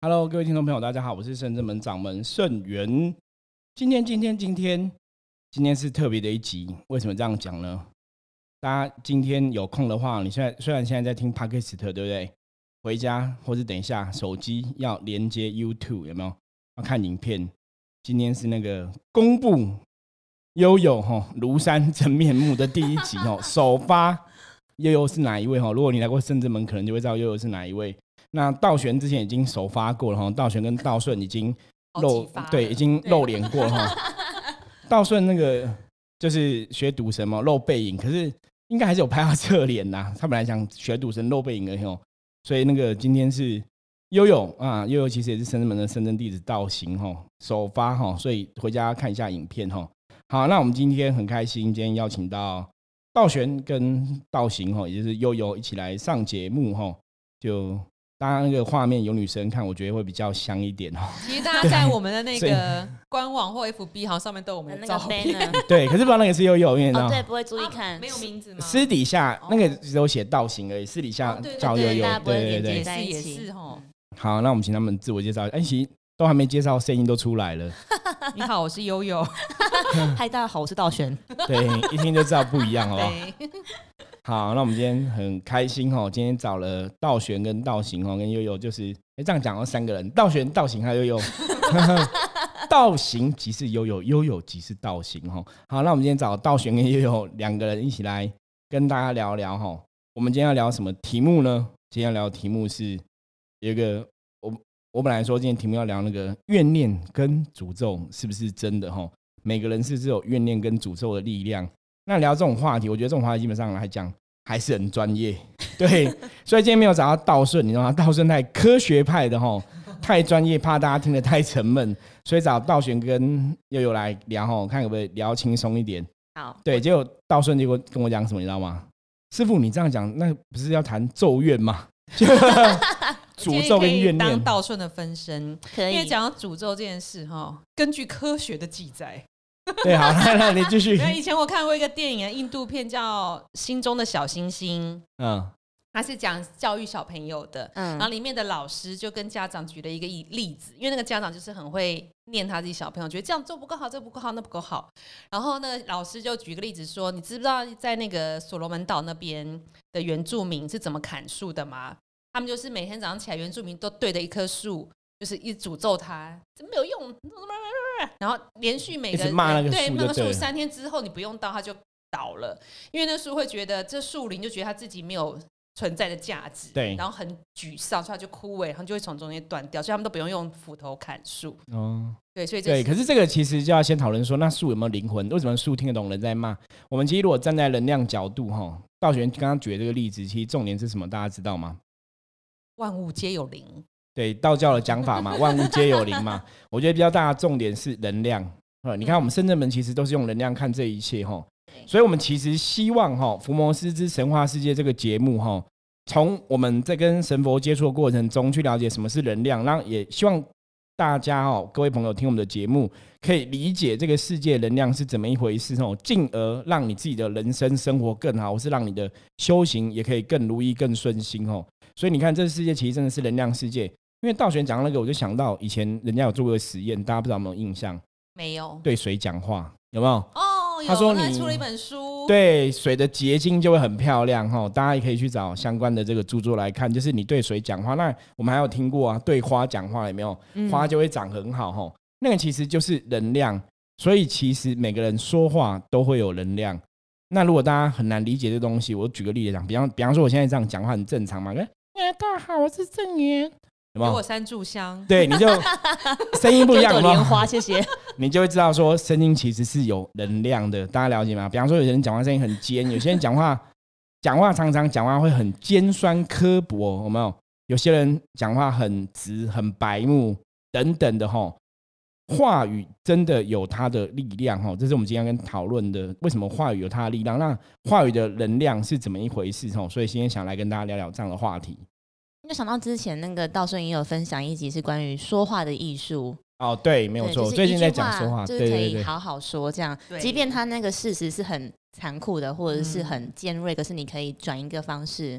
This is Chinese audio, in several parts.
Hello， 各位听众朋友，大家好，我是圣真门掌门圣元。今天是特别的一集，为什么这样讲呢？大家今天有空的话，你虽然现在在听 Podcast， 对不对？回家或是等一下手机要连接 YouTube， 有没有？要看影片。今天是那个公布悠悠庐山真面目的第一集首发悠悠是哪一位？如果你来过圣真门，可能就会知道悠悠是哪一位。那道玄之前已经首发过了，道玄跟道顺已经已经露脸过了。道顺那个就是学赌神嘛，露背影，可是应该还是有拍到侧脸呐。他本来想学赌神露背影而已，所以那个今天是悠悠啊，悠悠其实也是圣真门的圣真弟子道行首发所以回家看一下影片好，那我们今天很开心，今天邀请到道玄跟道行也就是悠悠一起来上节目就。当然，那个画面有女生看，我觉得会比较香一点其实大家在我们的那个官网或 FB 上面都有我们的照片， 对，可是不知道那个是悠悠，因为对，不会注意看， 没有名字吗？ 私底下那个只有写道行而已，私底下叫悠悠， 对， 也是好，那我们请他们自我介绍。其实都还没介绍，声音都出来了。 你好，我是悠悠。 嗨，大家好，我是道玄。 对，一听就知道不一样，好不好？好，那我们今天很开心今天找了道玄跟道行跟悠悠，就是这样讲三个人，道玄、道行还有悠悠。道行即是悠悠，悠悠即是道行好，那我们今天找道玄跟悠悠两个人一起来跟大家聊聊我们今天要聊什么题目呢？今天要聊的题目是有一个我本来说今天题目要聊那个怨念跟诅咒是不是真的每个人是不是有怨念跟诅咒的力量？那聊这种话题，我觉得这种话题基本上来讲还是很专业，对，所以今天没有找到道顺，你知道吗？道顺太科学派的太专业，怕大家听得太沉闷，所以找道玄跟悠悠来聊看可不可以聊轻松一点。 好， 对，结果道顺结果跟我讲什么，你知道吗？师父，你这样讲，那不是要谈咒怨吗？诅咒跟怨念， 当道顺的分身， 可以。 因为讲到诅咒这件事根据科学的记载。 对，好，那你继续。 以前我看过一个电影，印度片叫《心中的小星星》，它是讲教育小朋友的，然后里面的老师就跟家长举了一个例子，因为那个家长就是很会念他自己小朋友，觉得这样做不够好，这不够好，那不够好，然后那个老师就举个例子说，你知不知道在那个所罗门岛那边的原住民是怎么砍树的吗？他们就是每天早上起来，原住民都对着一棵树，就是一直诅咒他，没有用，然后连续每个人骂那个树， 对那个树3天之后你不用倒它就倒了，因为那树会觉得这树林就觉得它自己没有存在的价值， 对， 然后很沮丧，所以它就枯萎，然后就会从中间断掉，所以他们都不用用斧头砍树。对，所以对，可是这个其实就要先讨论说，那树有没有灵魂？为什么树听得懂人在骂？我们其实如果站在能量角度道玄刚刚举的这个例子，其实重点是什么？大家知道吗？ 万物皆有灵。 对，道教的讲法嘛，万物皆有灵嘛。我觉得比较大的重点是能量。你看我们圣真门其实都是用能量看这一切所以我们其实希望伏魔师之神话世界这个节目从我们在跟神佛接触的过程中去了解什么是能量，然后也希望大家各位朋友听我们的节目可以理解这个世界能量是怎么一回事进而让你自己的人生生活更好，或是让你的修行也可以更如意更顺心所以你看这个世界其实真的是能量世界。因为道玄讲那个，我就想到以前人家有做过实验，大家不知道有没有印象？ 没有。 对水讲话有没有？ 有。 他说他出了一本书， 对水的结晶就会很漂亮大家也可以去找相关的这个著作来看。就是你对水讲话，那我们还有听过对花讲话有没有？花就会长很好那个其实就是能量。所以其实每个人说话都会有能量。那如果大家很难理解这东西，我举个例子讲，比方说我现在这样讲话很正常嘛，大家好，我是正言。 给我3炷香， 对，你就声音不一样， 有莲花，谢谢。 你就会知道说声音其实是有能量的，大家了解吗？比方说有些人讲话声音很尖，有些人讲话常常讲话会很尖酸刻薄，有没有？有些人讲话很直很白目等等的话语真的有它的力量这是我们今天跟讨论的，为什么话语有它的力量，那话语的能量是怎么一回事所以今天想来跟大家聊聊这样的话题。 就想到之前那个道顺也有分享一集是关于说话的艺术对，没有错，最近在讲说话， 就是可以好好说这样，即便他那个事实是很残酷的或者是很尖锐，可是你可以转一个方式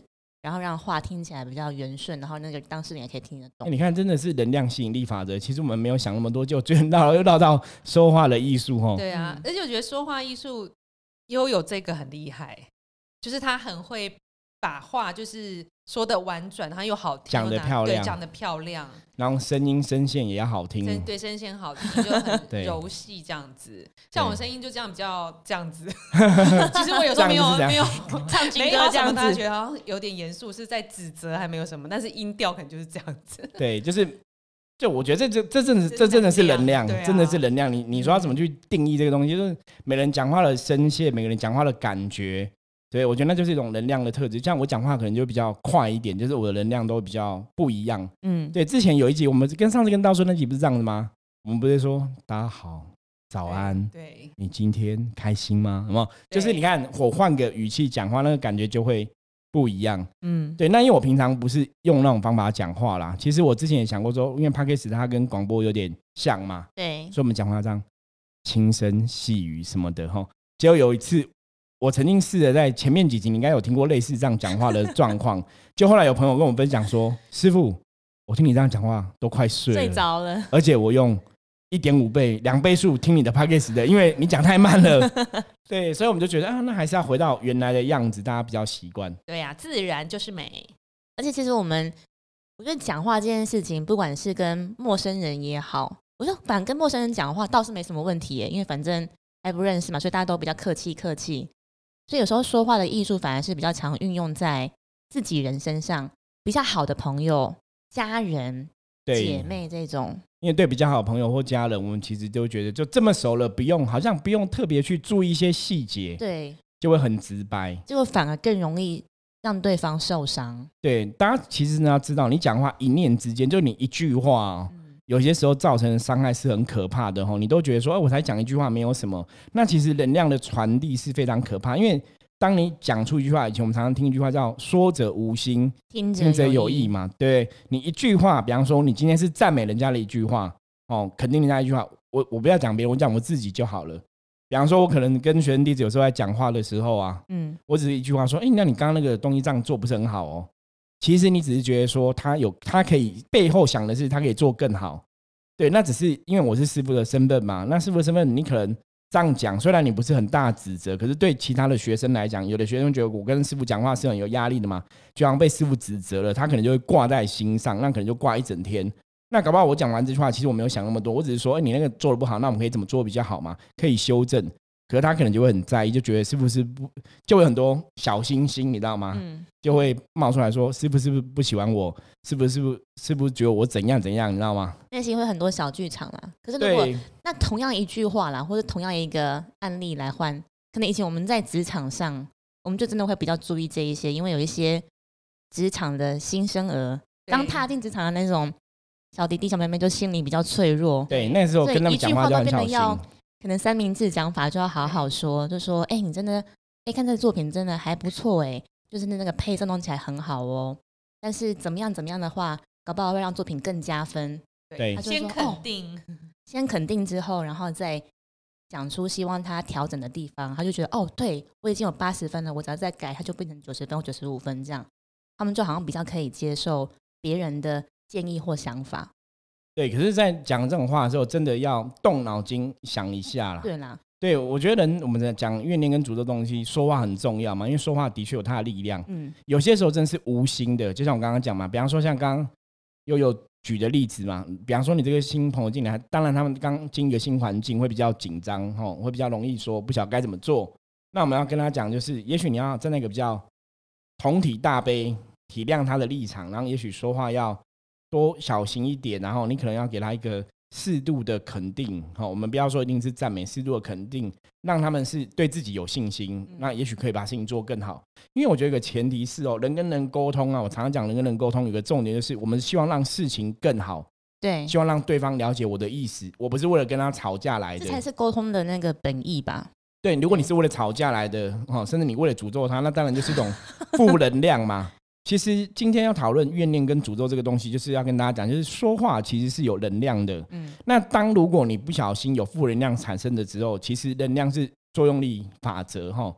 然后让话听起来比较圆顺，然后那个当事人也可以听得懂。 你看，真的是能量吸引力法则。其实我们没有想那么多，就又绕到说话的艺术。 对啊，而且我觉得说话艺术有这个很厉害，就是他很会把话就是说的婉转，然后又好听， 讲得漂亮， 对，讲得漂亮， 然后声音声线也要好听， 对，声线好听就很柔细这样子。像我声音就这样比较这样子，其实我有时候没有唱情歌这样子， 大家觉得好像有点严肃，是在指责还没有什么，但是音调可能就是这样子。 对，就我觉得这真的是能量，真的是能量。你说要怎么去定义这个东西？就是每人讲话的声线，每个人讲话的感觉。对，我觉得那就是一种能量的特质。像我讲话可能就比较快一点，就是我的能量都比较不一样。对，之前有一集我们上次跟道顺那集不是这样的吗？我们不是说大家好，早安， 对， 你今天开心吗？有没有？就是你看我换个语气讲话，那个感觉就会不一样。对，那因为我平常不是用那种方法讲话啦。其实我之前也想过说，因为 Podcast 它跟广播有点像嘛， 对， 所以我们讲话这样轻声细语什么的。结果有一次。我曾经试着在前面几集，你应该有听过类似这样讲话的状况。就后来有朋友跟我分享说：“师父，我听你这样讲话都快睡着了， 而且我用1.5倍、2倍速听你的 podcast 的，因为你讲太慢了。”对，所以我们就觉得那还是要回到原来的样子，大家比较习惯。 对啊，自然就是美。 而且其实我觉得讲话这件事情，不管是跟陌生人也好，我说反正跟陌生人讲话倒是没什么问题耶，因为反正还不认识嘛，所以大家都比较客气。所以有时候说话的艺术反而是比较常运用在自己人身上，比较好的朋友、家人、姐妹这种。 因为对比较好的朋友或家人，我们其实都觉得就这么熟了，好像不用特别去注意一些细节， 对， 就会很直白， 结果反而更容易让对方受伤。 对，大家其实要知道，你讲话一念之间，就你一句话有些时候造成的伤害是很可怕的。你都觉得说我才讲一句话没有什么，那其实能量的传递是非常可怕。因为当你讲出一句话，以前我们常常听一句话叫说者无心，听者有意嘛。对，你一句话，比方说你今天是赞美人家的一句话，肯定人家一句话，我不要讲别人，我讲我自己就好了。比方说我可能跟学生弟子有时候在讲话的时候啊，我只是一句话说那你刚刚那个东西这样做不是很好哦。其实你只是觉得说他可以背后想的是他可以做更好。对，那只是因为我是师父的身份嘛，那师父的身份你可能这样讲，虽然你不是很大指责，可是对其他的学生来讲，有的学生觉得我跟师父讲话是很有压力的嘛，就好像被师父指责了，他可能就会挂在心上，那可能就挂一整天。那搞不好我讲完这句话，其实我没有想那么多，我只是说你那个做的不好，那我们可以怎么做比较好嘛，可以修正。可是他可能就会很在意，就觉得师父是不就会很多小星星，你知道吗？就会冒出来说师父是不是不喜欢我，是不是觉得我怎样怎样，你知道吗？ 内心会很多小剧场啦。可是如果那同样一句话啦，或者同样一个案例来换，可能以前我们在职场上，我们就真的会比较注意这一些，因为有一些职场的新生儿刚踏进职场的那种小弟弟小妹妹，就心里比较脆弱。 对，那时候跟他们讲话就很小心。 可能三明治讲法就要好好说，就说你真的看这个作品真的还不错就是那个配色弄起来很好哦。但是怎么样的话，搞不好会让作品更加分。 对， 先肯定， 先肯定之后，然后再讲出希望他调整的地方，他就觉得对我已经有80分了，我只要再改，他就变成90分或95分这样。他们就好像比较可以接受别人的建议或想法。 对，可是在讲这种话的时候，真的要动脑筋想一下啦。 对啦， 对，我觉得我们在讲怨念跟诅咒东西，说话很重要嘛，因为说话的确有它的力量。有些时候真是无心的，就像我刚刚讲嘛，比方说像刚刚又有举的例子嘛，比方说你这个新朋友进来，当然他们刚进一个新环境会比较紧张，会比较容易说不晓得该怎么做。那我们要跟他讲，就是也许你要站在一个比较同体大悲，体谅他的立场，然后也许说话要多小心一点，然后你可能要给他一个适度的肯定。我们不要说一定是赞美，适度的肯定，让他们是对自己有信心，那也许可以把事情做更好。因为我觉得一个前提是人跟人沟通啊，我常常讲人跟人沟通有个重点就是我们希望让事情更好， 对， 希望让对方了解我的意思，我不是为了跟他吵架来的， 这才是沟通的那个本意吧。 对，如果你是为了吵架来的，甚至你为了诅咒他，那当然就是一种负能量嘛。其实今天要讨论怨念跟诅咒这个东西，就是要跟大家讲，就是说话其实是有能量的。那如果你不小心有负能量产生的时候，其实能量是作用力法则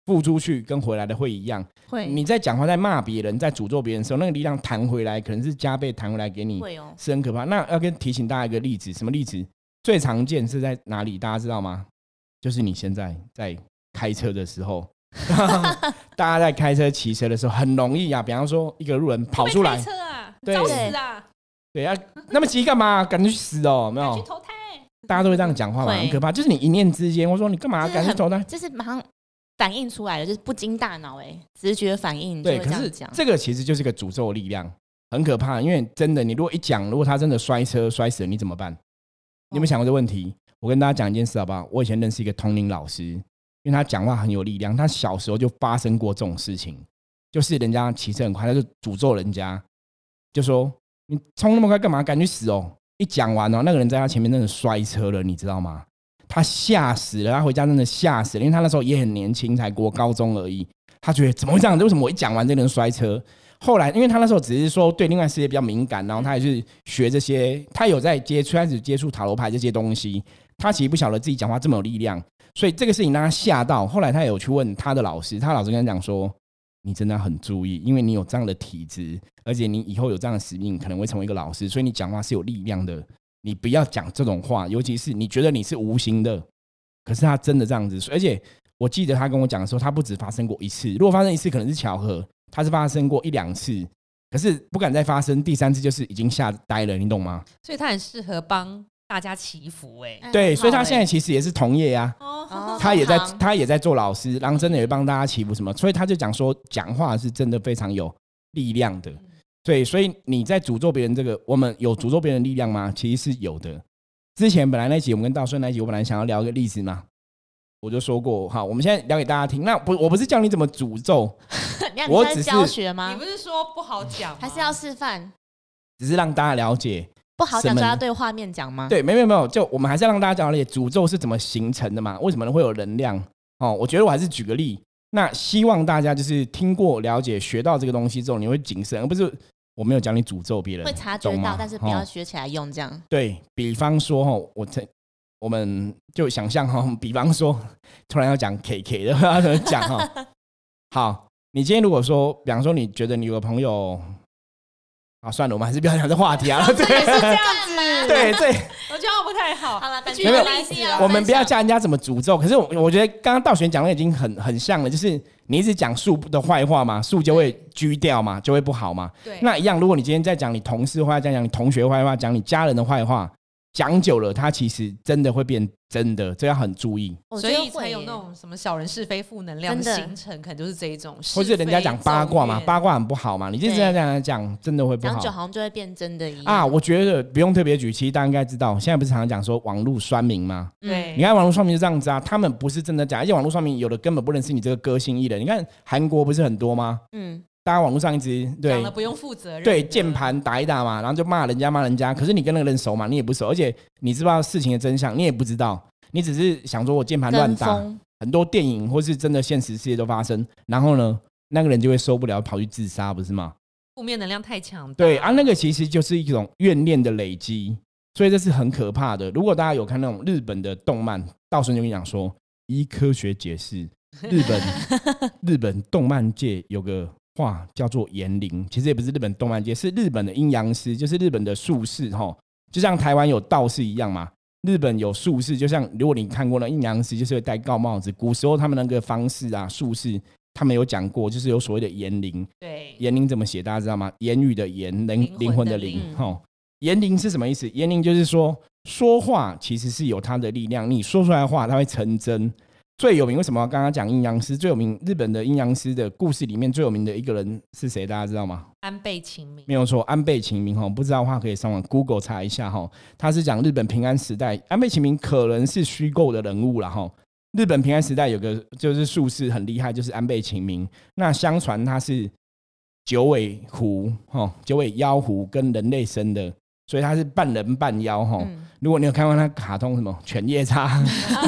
付出去跟回来的会一样。 会， 你在讲话在骂别人在诅咒别人的时候，那个力量弹回来可能是加倍弹回来给你， 会哦， 是很可怕。那要跟提醒大家一个例子，什么例子？最常见是在哪里？大家知道吗？就是你现在在开车的时候大家在开车骑车的时候很容易啊，比方说一个路人跑出来， 开车啊， 对， 找死啊， 对啊，那么急干嘛？赶紧去死哦，有没有？ 去投胎。 大家都会这样讲话嘛，很可怕。就是你一念之间，我说你干嘛赶紧去投胎， 就是马上反映出来了，就是不经大脑直觉反应就会这样讲。 这个其实就是一个诅咒的力量，很可怕。因为真的，你如果一讲，如果他真的摔车摔死了，你怎么办？你有没有想过这个问题？我跟大家讲一件事好不好？我以前认识一个通灵老师，因为他讲话很有力量，他小时候就发生过这种事情，就是人家骑车很快，他就诅咒人家，就说你冲那么快干嘛？赶紧去死哦！一讲完哦，那个人在他前面真的摔车了，你知道吗？他吓死了，他回家真的吓死了，因为他那时候也很年轻，才国高中而已。他觉得怎么会这样？为什么我一讲完这个人摔车？后来，因为他那时候只是说对另外世界比较敏感，然后他也是学这些，他有在开始接触塔罗牌这些东西。他其实不晓得自己讲话这么有力量，所以这个事情让他吓到。后来他有去问他的老师，他老师跟他讲说：“你真的很注意，因为你有这样的体质，而且你以后有这样的使命，可能会成为一个老师，所以你讲话是有力量的。你不要讲这种话，尤其是你觉得你是无形的，可是他真的这样子。而且我记得他跟我讲的时候，他不止发生过一次，如果发生一次可能是巧合，他是发生过1-2次，可是不敢再发生第3次，就是已经吓呆了，你懂吗？ 所以他很适合帮大家祈福对，所以他现在其实也是同业啊，他也在做老师，然后真的也帮大家祈福什么，所以他就讲说讲话是真的非常有力量的。对，所以你在诅咒别人这个，我们有诅咒别人的力量吗？其实是有的。之前本来那集我们跟道顺那集，我本来想要聊一个例子嘛，我就说过，好，我们现在聊给大家听。那我不是教你怎么诅咒， 我只是教学吗？ 你不是说不好讲， 还是要示范？ 只是让大家了解。 不好讲就要对画面讲吗？ 对，没有，就我们还是要让大家了解诅咒是怎么形成的嘛？为什么会有能量？我觉得我还是举个例。那希望大家就是听过、了解、学到这个东西之后，你会谨慎，而不是我没有讲你诅咒别人， 会察觉到，但是不要学起来用这样。 对，比方说我们就想象比方说突然要讲 KK 的，要怎么讲好，你今天如果说，比方说你觉得你有个朋友。算了，我们还是不要讲这话题啊。 对，是这样子。 对， 我觉得不太好。 好了， 没有，我们不要教人家怎么诅咒。可是我觉得刚刚道玄讲的已经很像了，就是你一直讲树的坏话嘛，树就会锯掉嘛，就会不好嘛。 对。 那一样，如果你今天在讲你同事坏话，讲你同学坏话，讲你家人的坏话，讲久了，它其实真的会变真的，这要很注意。 所以才有那种什么小人是非负能量的形成，可能就是这一种。 或者人家讲八卦嘛，八卦很不好嘛，你就这样讲，真的会不好。 讲久好像就会变真的一样啊！我觉得不用特别举，其实大家应该知道，现在不是常常讲说网络酸民吗？ 对， 你看网络酸民就这样子啊，他们不是真的假，而且网络酸民有的根本不认识你这个歌星艺人。你看韩国不是很多吗？大家网络上一直讲了不用负责任， 对，键盘打一打嘛，然后就骂人家，可是你跟那个人熟嘛，你也不熟，而且你知不知道事情的真相，你也不知道，你只是想说我键盘乱打，很多电影或是真的现实世界都发生，然后呢，那个人就会受不了跑去自杀，不是吗？ 负面能量太强， 对啊，那个其实就是一种怨念的累积，所以这是很可怕的。如果大家有看那种日本的动漫，道顺就跟你讲说，依科学解释，日本动漫界有个话叫做言灵，其实也不是日本动漫界，是日本的阴阳师，就是日本的术士，就像台湾有道士一样嘛。日本有术士，就像如果你看过了阴阳师，就是会戴高帽子。古时候他们那个方式啊，术士他们有讲过，就是有所谓的言灵。 对， 言灵怎么写？大家知道吗？言语的言，灵魂的灵。言灵是什么意思？言灵就是说，说话其实是有它的力量，你说出来的话，它会成真。最有名为什么刚刚讲阴阳师最有名？日本的阴阳师的故事里面最有名的一个人是谁？大家知道吗？ 安倍晴明。 没有错，安倍晴明。不知道的话可以上网 Google 查一下。他是讲日本平安时代，安倍晴明可能是虚构的人物啦。日本平安时代有个就是术士很厉害，就是安倍晴明。那相传他是九尾狐，九尾妖狐跟人类生的，所以他是半人半妖。如果你有看过那卡通什么犬夜叉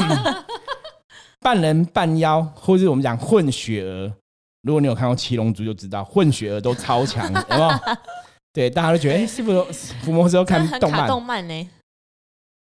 半人半妖，或是我们讲混血儿，如果你有看过七龙珠就知道混血儿都超强，有没有？对，大家都觉得是不是福摩斯都看动漫？ 动漫呢？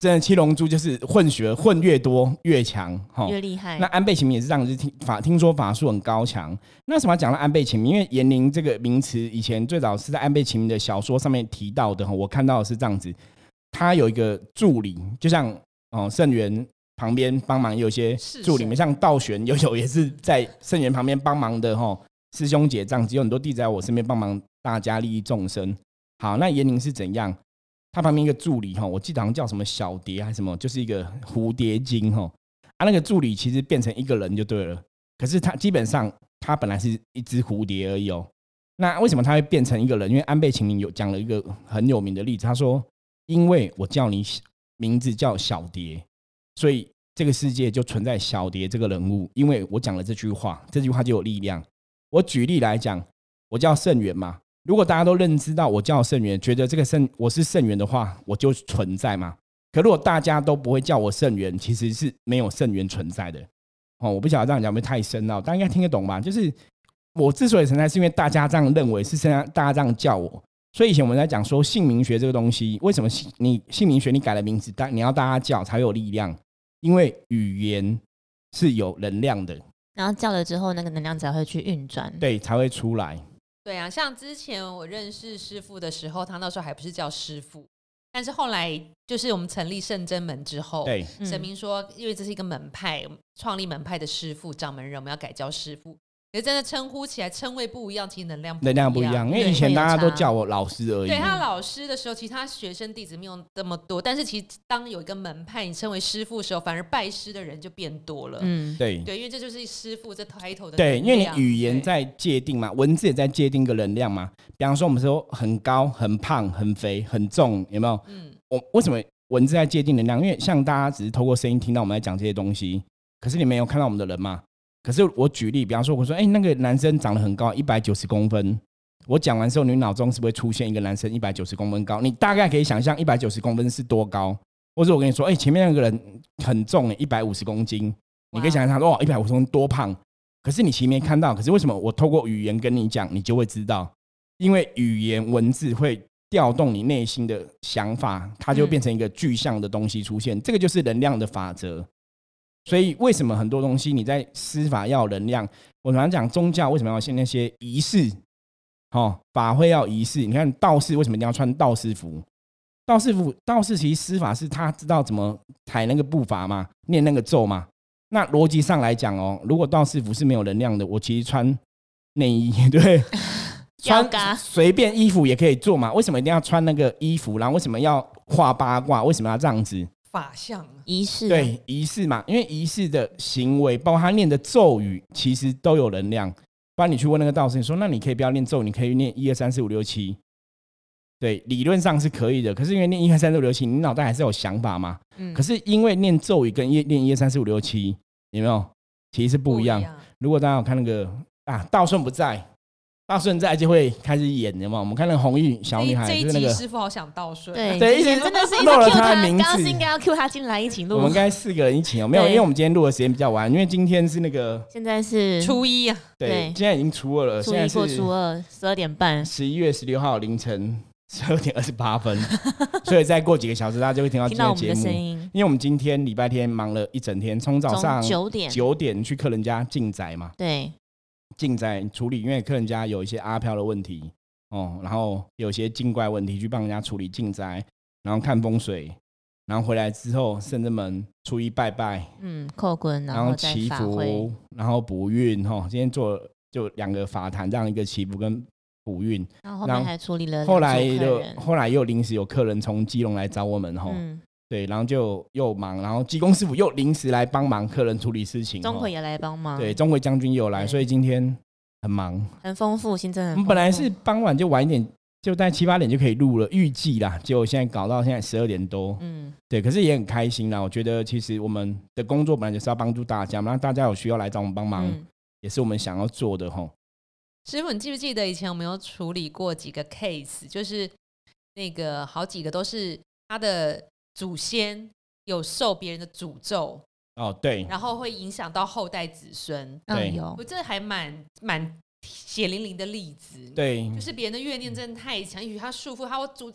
真的七龙珠就是混血，混越多越强， 越厉害。 那安倍晴明也是这样子，听说法术很高强。那为什么要讲到安倍晴明？因为言灵这个名词以前最早是在安倍晴明的小说上面提到的，我看到的是这样子，他有一个助理，就像圣元旁边帮忙有一些助理，像道玄有也是在圣元旁边帮忙的师兄姐这样子，有很多弟子在我身边帮忙大家利益众生。好，那言灵是怎样？他旁边一个助理我记得好像叫什么小蝶还是什么，就是一个蝴蝶精那个助理其实变成一个人就对了，可是他基本上他本来是一只蝴蝶而已那为什么他会变成一个人？因为安倍晴明有讲了一个很有名的例子，他说因为我叫你名字叫小蝶，所以这个世界就存在小蝶这个人物，因为我讲了这句话，这句话就有力量。我举例来讲，我叫圣元嘛，如果大家都认知到我叫圣元，觉得这个我是圣元的话，我就存在嘛。可如果大家都不会叫我圣元，其实是没有圣元存在的我不晓得这样讲会不会太深奥，大家应该听得懂吧？就是我之所以存在，是因为大家这样认为，是大家这样叫我。所以以前我们在讲说姓名学这个东西，为什么你姓名学你改了名字，你要大家叫才有力量？因为语言是有能量的， 然后叫了之后，那个能量才会去运转， 对，才会出来。 对啊，像之前我认识师父的时候，他那时候还不是叫师父，但是后来就是我们成立圣真门之后， 对， 神明说因为这是一个门派，创立门派的师父掌门人，我们要改叫师父。可是真的称呼起来称谓不一样，其实能量不一样。 因为以前大家都叫我老师而已。 对，他老师的时候，其他学生弟子没有这么多，但是其实当有一个门派你称为师父的时候，反而拜师的人就变多了。 对， 因为这就是师父这 title 的能量。 对，因为你语言在界定嘛，文字也在界定一个能量嘛。比方说我们说很高、很胖、很肥、很重，有没有？我为什么文字在界定能量？因为像大家只是透过声音听到我们在讲这些东西，可是你没有看到我们的人嘛。可是我举例，比方说我说那个男生长得很高，190公分，我讲完之后你脑中是不是会出现一个男生190公分高？你大概可以想象190公分是多高，或者我跟你说前面那个人很重150公斤，你可以想象哇150公斤多胖。可是你其实没看到，可是为什么我透过语言跟你讲你就会知道？因为语言文字会调动你内心的想法，它就变成一个具象的东西出现，这个就是能量的法则。所以为什么很多东西你在施法要有能量？我常常讲宗教为什么要那些仪式法会要仪式。你看道士为什么一定要穿道士服？道士其实施法是他知道怎么踩那个步伐嘛，念那个咒嘛。那逻辑上来讲如果道士服是没有能量的，我其实穿内衣对穿随便衣服也可以做嘛，为什么一定要穿那个衣服？然后为什么要画八卦？为什么要这样子？ 法相仪式对仪式嘛，因为仪式的行为包括他念的咒语其实都有能量。不然你去问那个道士，你说那你可以不要念咒，你可以念1 2 3 4 5 6 7，对，理论上是可以的。可是因为念1 2 3 4 5 6 7，你脑袋还是有想法嘛。可是因为念咒语跟念1 2 3 4 5 6 7，有没有其实是不一样。如果大家有看那个道顺不在，道顺在就会开始演的嘛。我们看那个红玉小女孩， 这一集师傅好想道顺， 对，真的是漏了他的名字。 刚刚是应该要 cue 他进来一起录， 我们应该4个人一起没有，因为我们今天录的时间比较晚，因为今天是那个现在是初一啊， 对，现在已经初2了， 初一过初2，12点半 ，11月16号凌晨12点28分，所以再过几个小时大家就会听到今天的节目。因为我们今天礼拜天忙了一整天，从早上9点去客人家进宅嘛， 对。 进宅处理，因为客人家有一些阿飘的问题然后有些精怪问题，去帮人家处理进宅，然后看风水，然后回来之后圣真门初一拜拜， 叩棍， 然后祈福，然后补运今天做就2个法坛，这样一个祈福跟补运， 然后后面还处理了后来又临时有客人从基隆来找我们对，然后就又忙，然后济公师傅又临时来帮忙客人处理事情， 钟馗也来帮忙， 对，钟馗将军又来，所以今天很忙， 很丰富，行程很丰富。 我们本来是傍晚就晚一点，就大概7、8点就可以录了，预计啦，结果现在搞到现在12点多，对，可是也很开心啦。我觉得其实我们的工作本来就是要帮助大家嘛，让大家有需要来找我们帮忙，也是我们想要做的师傅，你记不记得以前我们有处理过几个 case， 就是那个好几个都是他的祖先有受别人的诅咒对， 然后会影响到后代子孙。 对， 我这还蛮血淋淋的例子。 对， 就是别人的怨念真的太强，也许他束缚他，我主在你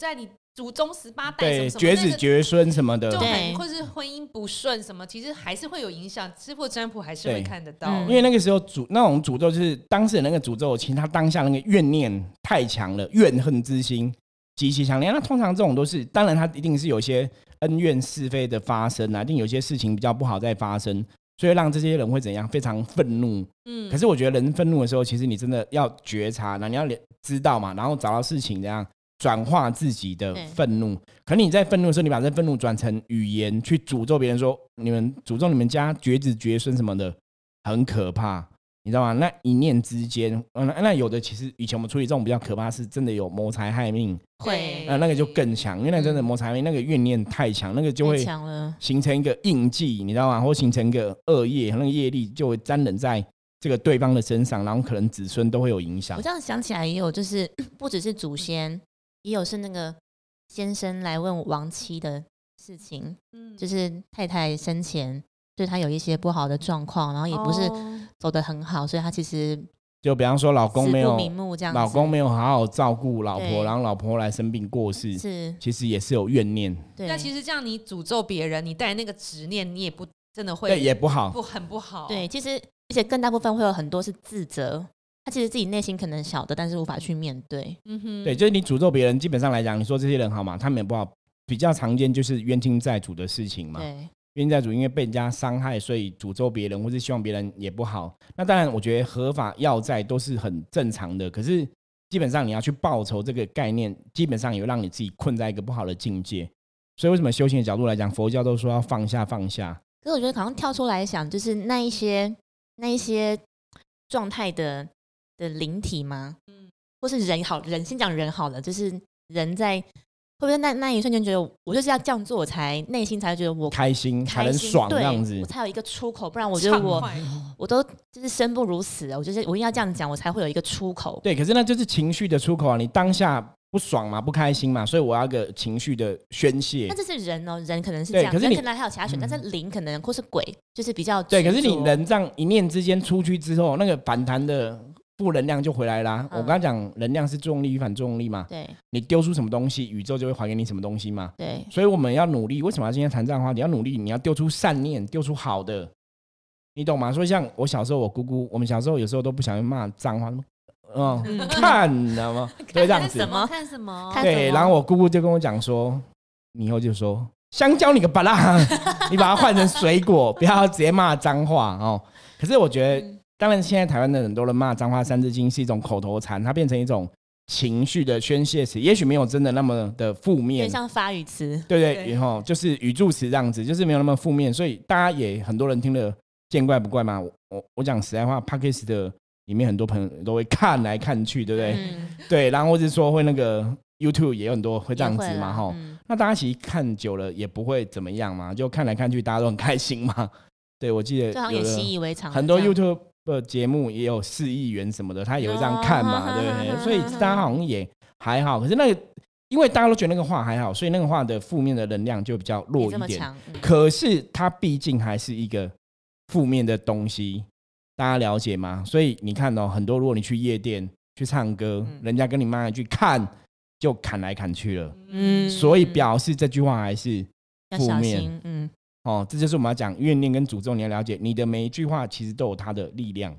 祖宗18代对绝子绝孙什么的， 对，或是婚姻不顺什么，其实还是会有影响。师父占卜还是会看得到， 因为那个时候那种诅咒就是当事人那个诅咒，其实他当下那个怨念太强了，怨恨之心极其强烈。那通常这种都是，当然他一定是有一些恩怨是非的发生啊，一定有些事情比较不好在发生，所以让这些人会怎样非常愤怒。可是我觉得人愤怒的时候，其实你真的要觉察，你要知道嘛，然后找到事情怎样转化自己的愤怒。可是你在愤怒的时候，你把这愤怒转成语言去诅咒别人，说你们诅咒你们家绝子绝孙什么的，很可怕，你知道吗？那一念之间，那有的其实以前我们处理这种比较可怕，是真的有谋财害命， 会那个就更强，因为那真的谋财害命，那个怨念太强，那个就会形成一个印记，你知道吗？或形成一个恶业，那个业力就会沾染在这个对方的身上，然后可能子孙都会有影响。 我这样想起来也有，就是不只是祖先，也有是那个先生来问亡妻的事情，就是太太生前对他有一些不好的状况，然后也不是走得很好，所以他其实就比方说老公没有老公没有好好照顾老婆，然后老婆来生病过世， 是其实也是有怨念。 那其实这样你诅咒别人，你带那个执念，你也不真的会对也不好， 很不好。 对，其实而且更大部分会有很多是自责，他其实自己内心可能晓得，但是无法去面对。 对，就是你诅咒别人，基本上来讲，你说这些人好嘛，他们也不好，比较常见就是冤亲债主的事情嘛。 对。 冤亲债主因为被人家伤害，所以诅咒别人，或是希望别人也不好。那当然，我觉得合法要债都是很正常的。可是基本上你要去报仇这个概念，基本上也会让你自己困在一个不好的境界。所以为什么修行的角度来讲，佛教都说要放下放下。 可是我觉得好像跳出来想，就是那一些状态的灵体吗？或是人好，人先讲人好了，就是人在。会不会那一瞬间觉得我就是要这样做，我才内心才会觉得我开心才能爽这样子， 我才有一个出口，不然我觉得我都就是生不如死，我一定要这样讲，我才会有一个出口。 对，可是那就是情绪的出口啊！你当下不爽嘛，不开心嘛，所以我要个情绪的宣泄。 那这是人哦，人可能是这样，可是人可能还有其他选，但是灵可能或是鬼就是比较对。可是你人这样一念之间出去之后，那个反弹的负能量就回来啦。我刚刚讲能量是作用力与反作用力嘛， 对， 你丢出什么东西，宇宙就会还给你什么东西嘛。 对， 所以我们要努力。为什么要今天谈这样的话？你要努力，你要丢出善念，丢出好的，你懂吗？所以像我小时候，我姑姑，我们小时候有时候都不小心骂脏话，看，你知道吗？对，这样子。 看什么？ 对，然后我姑姑就跟我讲说，你以后就说香蕉你个巴拉，你把它换成水果，不要直接骂脏话哦。可是我觉得。当然，现在台湾的很多人骂脏话、三字经是一种口头禅，它变成一种情绪的宣泄词，也许没有真的那么的负面， 像发语词， 对，然后就是语助词这样子，就是没有那么负面，所以大家也很多人听了见怪不怪嘛。我讲实在话 ，Podcast 的里面很多朋友都会看来看去，对不对？对，然后或者说会那个 YouTube 也有很多会这样子嘛，哈。那大家其实看久了也不会怎么样嘛，就看来看去大家都很开心嘛。对，我记得就好像也习以为常， 很多 YouTube。节目也有4亿元什么的，他也会这样看嘛，对不对？所以大家好像也还好。可是那个，因为大家都觉得那个话还好，所以那个话的负面的能量就比较弱一点。可是它毕竟还是一个负面的东西，大家了解吗？所以你看哦，很多如果你去夜店去唱歌，人家跟你骂一句看，就砍来砍去了。所以表示这句话还是负面。这就是我们要讲怨念跟诅咒，你要了解你的每一句话其实都有它的力量。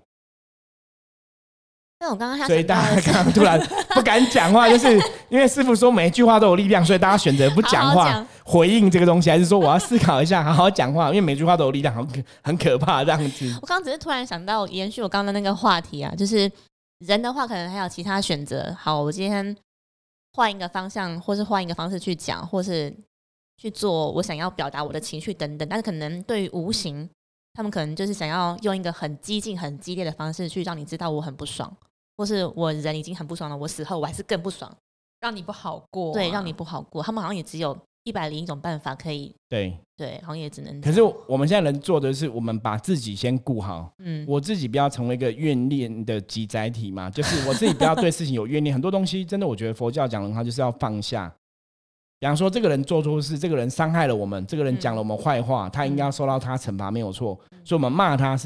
那我刚刚所以大家刚刚突然不敢讲话，就是因为师父说每一句话都有力量，所以大家选择不讲话好好回应这个东西，还是说我要思考一下，好好讲话，因为每句话都有力量，很可怕这样子。 我刚刚只是突然想到，延续我刚刚的那个话题啊，就是人的话可能还有其他选择。好，我今天换一个方向，或是换一个方式去讲，或是去做我想要表达我的情绪等等，但是可能对于无形，他们可能就是想要用一个很激进、很激烈的方式去让你知道我很不爽，或是我人已经很不爽了，我死后我还是更不爽， 让你不好过。 对，让你不好过。他们好像也只有101种办法可以。 对， 好像也只能。 可是我们现在能做的是，我们把自己先顾好。我自己不要成为一个怨念的集载体嘛，就是我自己不要对事情有怨念。很多东西真的，我觉得佛教讲的话就是要放下。比方说，这个人做错事，这个人伤害了我们，这个人讲了我们坏话，他应该要受到他惩罚，没有错。所以我们骂他是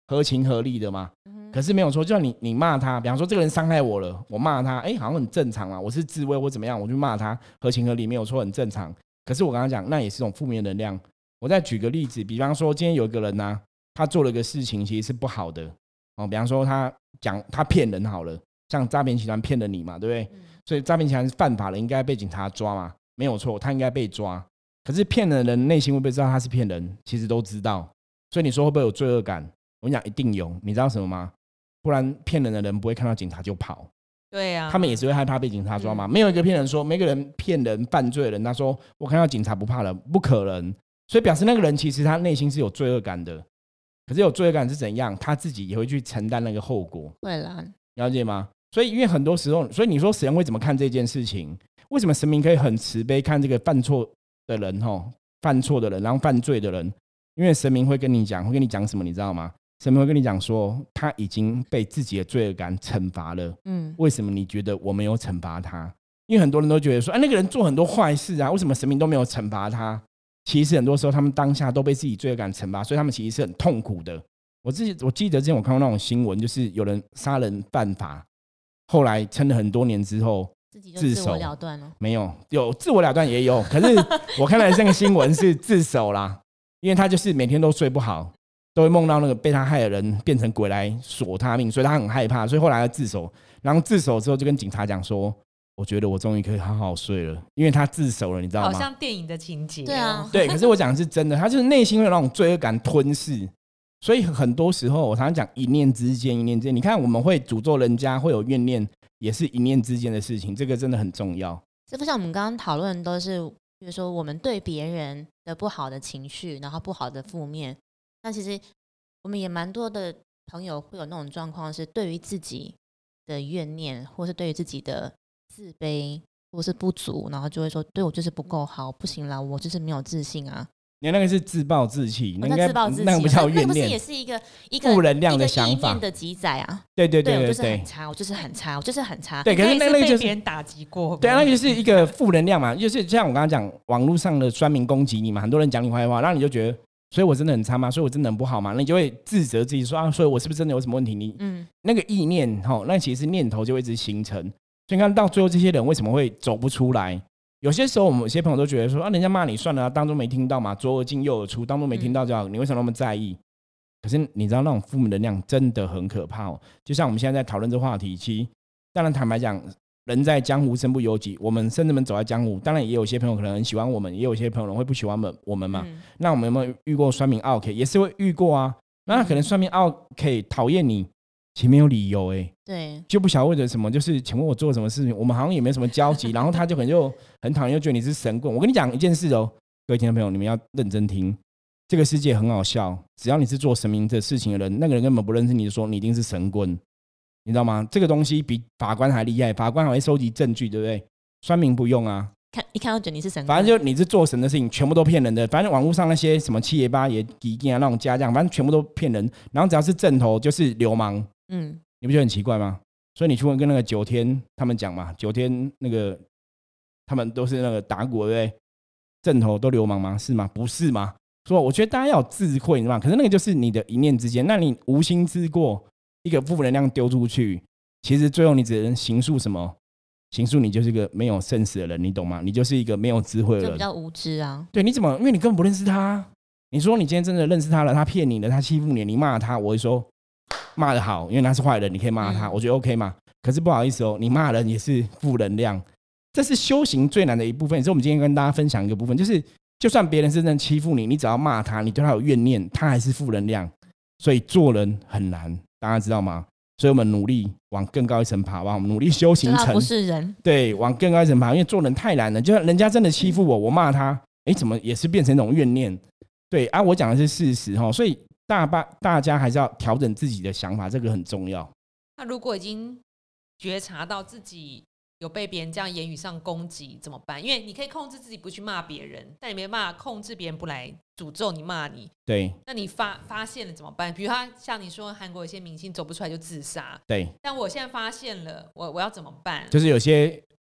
合情合理的嘛。可是没有错，就像你骂他，比方说这个人伤害我了，我骂他，好像很正常啊，我是自卫或怎么样，我就骂他，合情合理没有错，很正常。可是我刚刚讲，那也是一种负面能量。我再举个例子，比方说今天有一个人啊，他做了一个事情其实是不好的比方说他骗人好了，像诈骗集团骗了你嘛，对不对？所以诈骗集团是犯法了，应该被警察抓嘛，没有错，他应该被抓。可是骗的人内心会不会知道他是骗人？其实都知道。所以你说会不会有罪恶感？我跟你讲，一定有。你知道什么吗？不然骗人的人不会看到警察就跑。 对啊， 他们也是会害怕被警察抓嘛。没有一个骗人说，每个人骗人犯罪的人，他说我看到警察不怕了，不可能。所以表示那个人其实他内心是有罪恶感的。可是有罪恶感是怎样？他自己也会去承担那个后果。 会啦， 了解吗？所以因为很多时候，所以你说神会怎么看这件事情？为什么神明可以很慈悲看这个犯错的人犯错的人，然后犯罪的人？因为神明会跟你讲什么，你知道吗？神明会跟你讲说，他已经被自己的罪恶感惩罚了。为什么你觉得我没有惩罚他？因为很多人都觉得说，那个人做很多坏事啊，为什么神明都没有惩罚他？其实很多时候他们当下都被自己罪恶感惩罚，所以他们其实是很痛苦的。我记得之前我看过那种新闻，就是有人杀人犯法，后来撑了很多年之后自己就自我了断了。 没有自我了断也有，可是我看来这个新闻是自首啦，因为他就是每天都睡不好，都会梦到那个被他害的人变成鬼来索他命，所以他很害怕，所以后来他自首，然后自首之后就跟警察讲说，我觉得我终于可以好好睡了，因为他自首了，你知道吗？ 好像电影的情节。 对啊， 对，可是我讲的是真的，他就是内心会有那种罪恶感吞噬，所以很多时候我常常讲一念之间，你看我们会诅咒人家，会有怨念，也是一念之间的事情，这个真的很重要。 这不像我们刚刚讨论都是，比如说我们对别人的不好的情绪，然后不好的负面，那其实我们也蛮多的朋友会有那种状况，是对于自己的怨念，或是对于自己的自卑或是不足，然后就会说，对我就是不够好，不行啦，我就是没有自信啊。 你那个是自暴自弃， 那自暴自弃， 那不叫怨念， 那不是也是一个负能量的想法的记载啊？ 对， 我就是很差，我就是很差，我就是很差。 对，可是那个就是被别人打击过， 对啊，那就是一个负能量嘛，就是像我刚刚讲，网络上的酸民攻击你嘛，很多人讲你坏话，然后你就觉得，所以我真的很差吗？所以我真的很不好吗？那你就会自责自己说啊，所以我是不是真的有什么问题？你那个意念那其实念头就会一直形成，所以你看到最后这些人为什么会走不出来？有些时候我们有些朋友都觉得说人家骂你算了当作没听到嘛，左耳进右耳出，当作没听到就好，你为什么那么在意？可是你知道那种负面能量真的很可怕就像我们现在在讨论这个话题，其实当然坦白讲，人在江湖身不由己，我们甚至们走在江湖，当然也有些朋友可能很喜欢我们，也有些朋友会不喜欢我们嘛。那我们有没有遇过酸民 OK？ 也是会遇过啊。那可能酸民 OK 讨厌你，其实没有理由对， 就不晓得为了什么，就是请问我做什么事情，我们好像也没什么交集，然后他就可能就很讨厌，就觉得你是神棍。我跟你讲一件事各位听众朋友，你们要认真听，这个世界很好笑，只要你是做神明的事情的人，那个人根本不认识你，说你一定是神棍，你知道吗？这个东西比法官还厉害，法官还会收集证据，对不对？酸民不用啊， 一看到觉得你是神棍， 反正就你是做神的事情，全部都骗人的。反正网络上那些什么七爷八爷、几斤啊那种家将，反正全部都骗人。然后只要是正头，就是流氓。你不觉得很奇怪吗？所以你去问跟那个九天他们讲嘛，九天那个他们都是那个打鼓，对不对？正头都流氓吗？是吗？不是吗？所以我觉得大家要有智慧，你知道吗？可是那个就是你的一念之间，那你无心之过，一个负能量丢出去，其实最后你只能形塑什么？形塑你就是一个没有生死的人，你懂吗？你就是一个没有智慧的人， 就比较无知啊。 对，你怎么？因为你根本不认识他。你说你今天真的认识他了，他骗你了，他欺负你，你骂他，我会说骂得好，因为他是坏人，你可以骂他，我觉得 OK 嘛。可是不好意思你骂人也是负能量，这是修行最难的一部分。所以我们今天跟大家分享一个部分，就是就算别人是真的欺负你，你只要骂他，你对他有怨念，他还是负能量。所以做人很难，大家知道吗？所以我们努力往更高一层爬吧，我们努力修行成他不是人， 对，往更高一层爬，因为做人太难了。就像人家真的欺负我，我骂他，怎么也是变成一种怨念？对啊，我讲的是事实所以大家还是要调整自己的想法，这个很重要。 那如果已经觉察到自己有被别人这样言语上攻击怎么办？因为你可以控制自己不去骂别人，但你没办法控制别人不来诅咒你骂你。 对， 那你发现了怎么办？比如他像你说韩国有些明星走不出来就自杀， 对。 但我现在发现了，我要怎么办？ 就是有些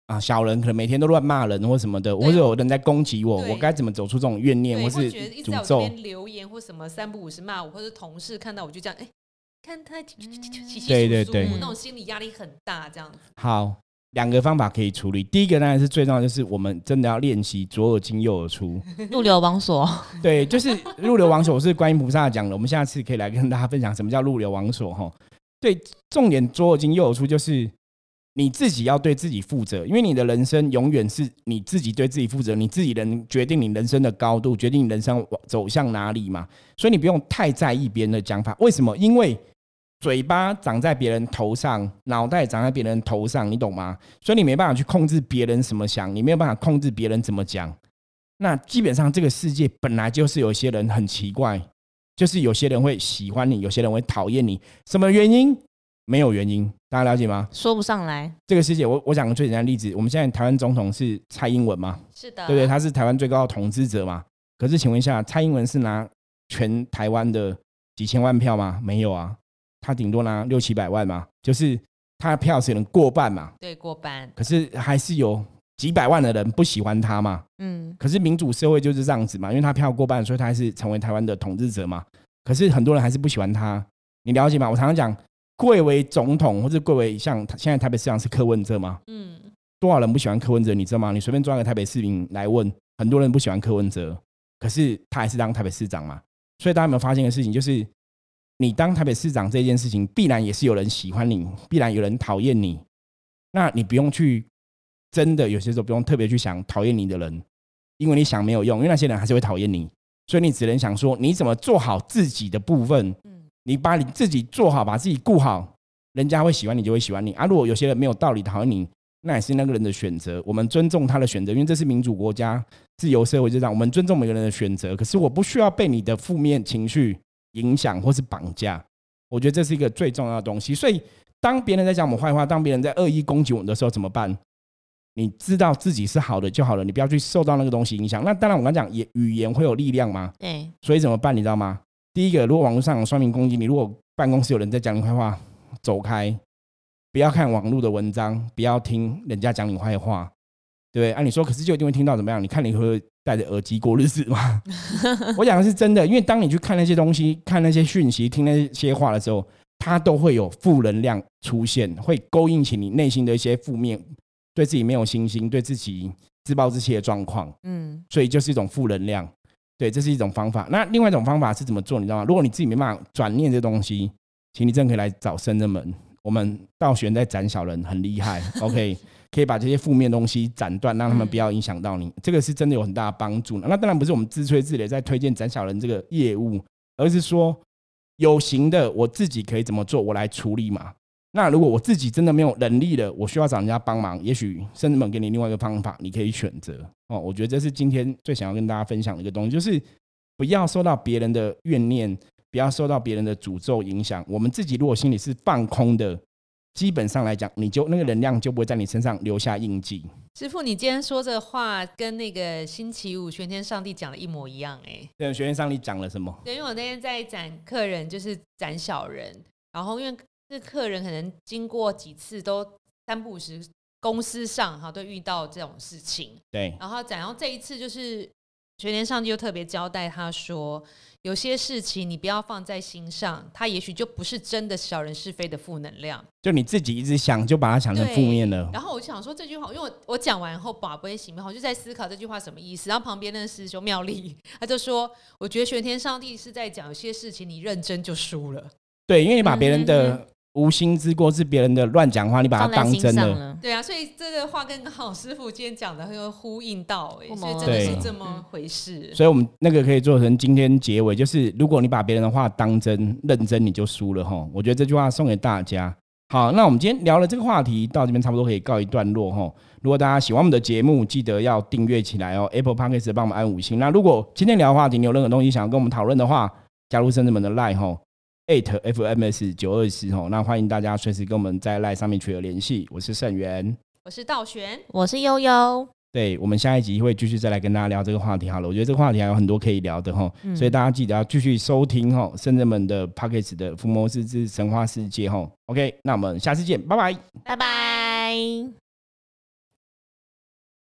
小人可能每天都乱骂人或什么的，或者有人在攻击我，我该怎么走出这种怨念或是一直在我这边留言或什么3不5时骂我，或者同事看到我就这样，看他稀稀疏疏，那种心理压力很大，这样子。 好，2个方法可以处理。第一个当然是最重要，就是我们真的要练习左耳进右耳出， 入流王所。 对，就是入流王所是观音菩萨讲的，我们下次可以来跟大家分享什么叫入流王所。对，重点左耳进右耳出就是你自己要对自己负责，因为你的人生永远是你自己对自己负责，你自己能决定你人生的高度，决定你人生走向哪里嘛。所以你不用太在意别人的讲法。为什么？因为嘴巴长在别人头上，脑袋长在别人头上，你懂吗？所以你没办法去控制别人怎么想，你没有办法控制别人怎么讲。那基本上这个世界本来就是有些人很奇怪，就是有些人会喜欢你，有些人会讨厌你，什么原因？没有原因，大家了解吗？ 说不上来。 这个世界，我讲个最简单的例子，我们现在台湾总统是蔡英文嘛？ 是的， 对不对？他是台湾最高的统治者嘛？可是请问一下，蔡英文是拿全台湾的几千万票吗？没有啊，他顶多拿600-700万嘛，就是他的票是能过半嘛？ 对，过半。 可是还是有几百万的人不喜欢他嘛？可是民主社会就是这样子嘛，因为他票过半，所以他还是成为台湾的统治者嘛。可是很多人还是不喜欢他，你了解吗？我常常讲，贵为总统或者贵为像现在台北市长是柯文哲嘛？多少人不喜欢柯文哲？你知道吗？你随便抓个台北市民来问，很多人不喜欢柯文哲，可是他还是当台北市长嘛。所以大家有没有发现一个事情，就是你当台北市长这件事情，必然也是有人喜欢你，必然有人讨厌你。那你不用去真的有些时候不用特别去想讨厌你的人，因为你想没有用，因为那些人还是会讨厌你。所以你只能想说，你怎么做好自己的部分，你把你自己做好，把自己顾好，人家会喜欢你就会喜欢你啊。如果有些人没有道理讨厌你，那也是那个人的选择，我们尊重他的选择，因为这是民主国家、自由社会，就这样，我们尊重每个人的选择。可是我不需要被你的负面情绪影响或是绑架，我觉得这是一个最重要的东西。所以当别人在讲我们坏话，当别人在恶意攻击我们的时候怎么办？你知道自己是好的就好了，你不要去受到那个东西影响。那当然我刚讲语言会有力量嘛， 对， 所以怎么办你知道吗？第一个，如果网络上有酸民攻击你，如果办公室有人在讲你坏话，走开，不要看网络的文章，不要听人家讲你坏话，对不对？你说可是就一定会听到怎么样？你看你会戴着耳机过日子吗？我讲的是真的，因为当你去看那些东西、看那些讯息、听那些话的时候，它都会有负能量出现，会勾引起你内心的一些负面，对自己没有信心，对自己自暴自弃的状况。所以就是一种负能量。对，这是一种方法。那另外一种方法是怎么做？你知道吗？如果你自己没办法转念这东西，请你真的可以来找圣真门。我们道玄在斩小人很厉害，OK， 可以把这些负面东西斩断，让他们不要影响到你。这个是真的有很大的帮助。那当然不是我们自吹自擂在推荐斩小人这个业务，而是说有形的我自己可以怎么做，我来处理嘛。那如果我自己真的没有能力了，我需要找人家帮忙，也许圣真门给你另外一个方法，你可以选择。我觉得这是今天最想要跟大家分享的一个东西，就是不要受到别人的怨念，不要受到别人的诅咒影响。我们自己如果心里是放空的，基本上来讲，你就那个能量就不会在你身上留下印记。 师父，你今天说这话跟那个星期五玄天上帝讲的一模一样对，玄天上帝讲了什么？ 对，因为我那天在斩客人，就是斩小人，然后因为这客人可能经过几次都3不5时公司上都遇到这种事情， 对， 然后这一次就是玄天上帝就特别交代他说，有些事情你不要放在心上，它也许就不是真的小人是非的负能量， 就你自己一直想，就把它想成负面了。 然后我就想说这句话，因为我讲完后把不会醒，我就在思考这句话什么意思。然后旁边那个师兄妙丽他就说，我觉得玄天上帝是在讲有些事情你认真就输了。 对，因为你把别人的无心之过是别人的乱讲话，你把它当真了。 对啊，所以这个话跟好师父今天讲的会呼应到所以真的是这么回事。 所以我们那个可以做成今天结尾，就是如果你把别人的话当真认真，你就输了齁。我觉得这句话送给大家。好，那我们今天聊了这个话题到这边差不多可以告一段落齁。如果大家喜欢我们的节目，记得要订阅起来哦。Apple Podcast 帮我们按5星。那如果今天聊的话题你有任何东西想要跟我们讨论的话，加入圣真门的 LINE 齁。@FMS924那欢迎大家随时跟我们在 LINE 上面取得联系。我是盛元， 我是道玄， 我是悠悠。 对，我们下一集会继续再来跟大家聊这个话题好了。我觉得这个话题还有很多可以聊的所以大家记得要继续收听圣真门的 Podcast 的伏魔师之神话世界OK，那我们下次见，拜拜， 拜拜。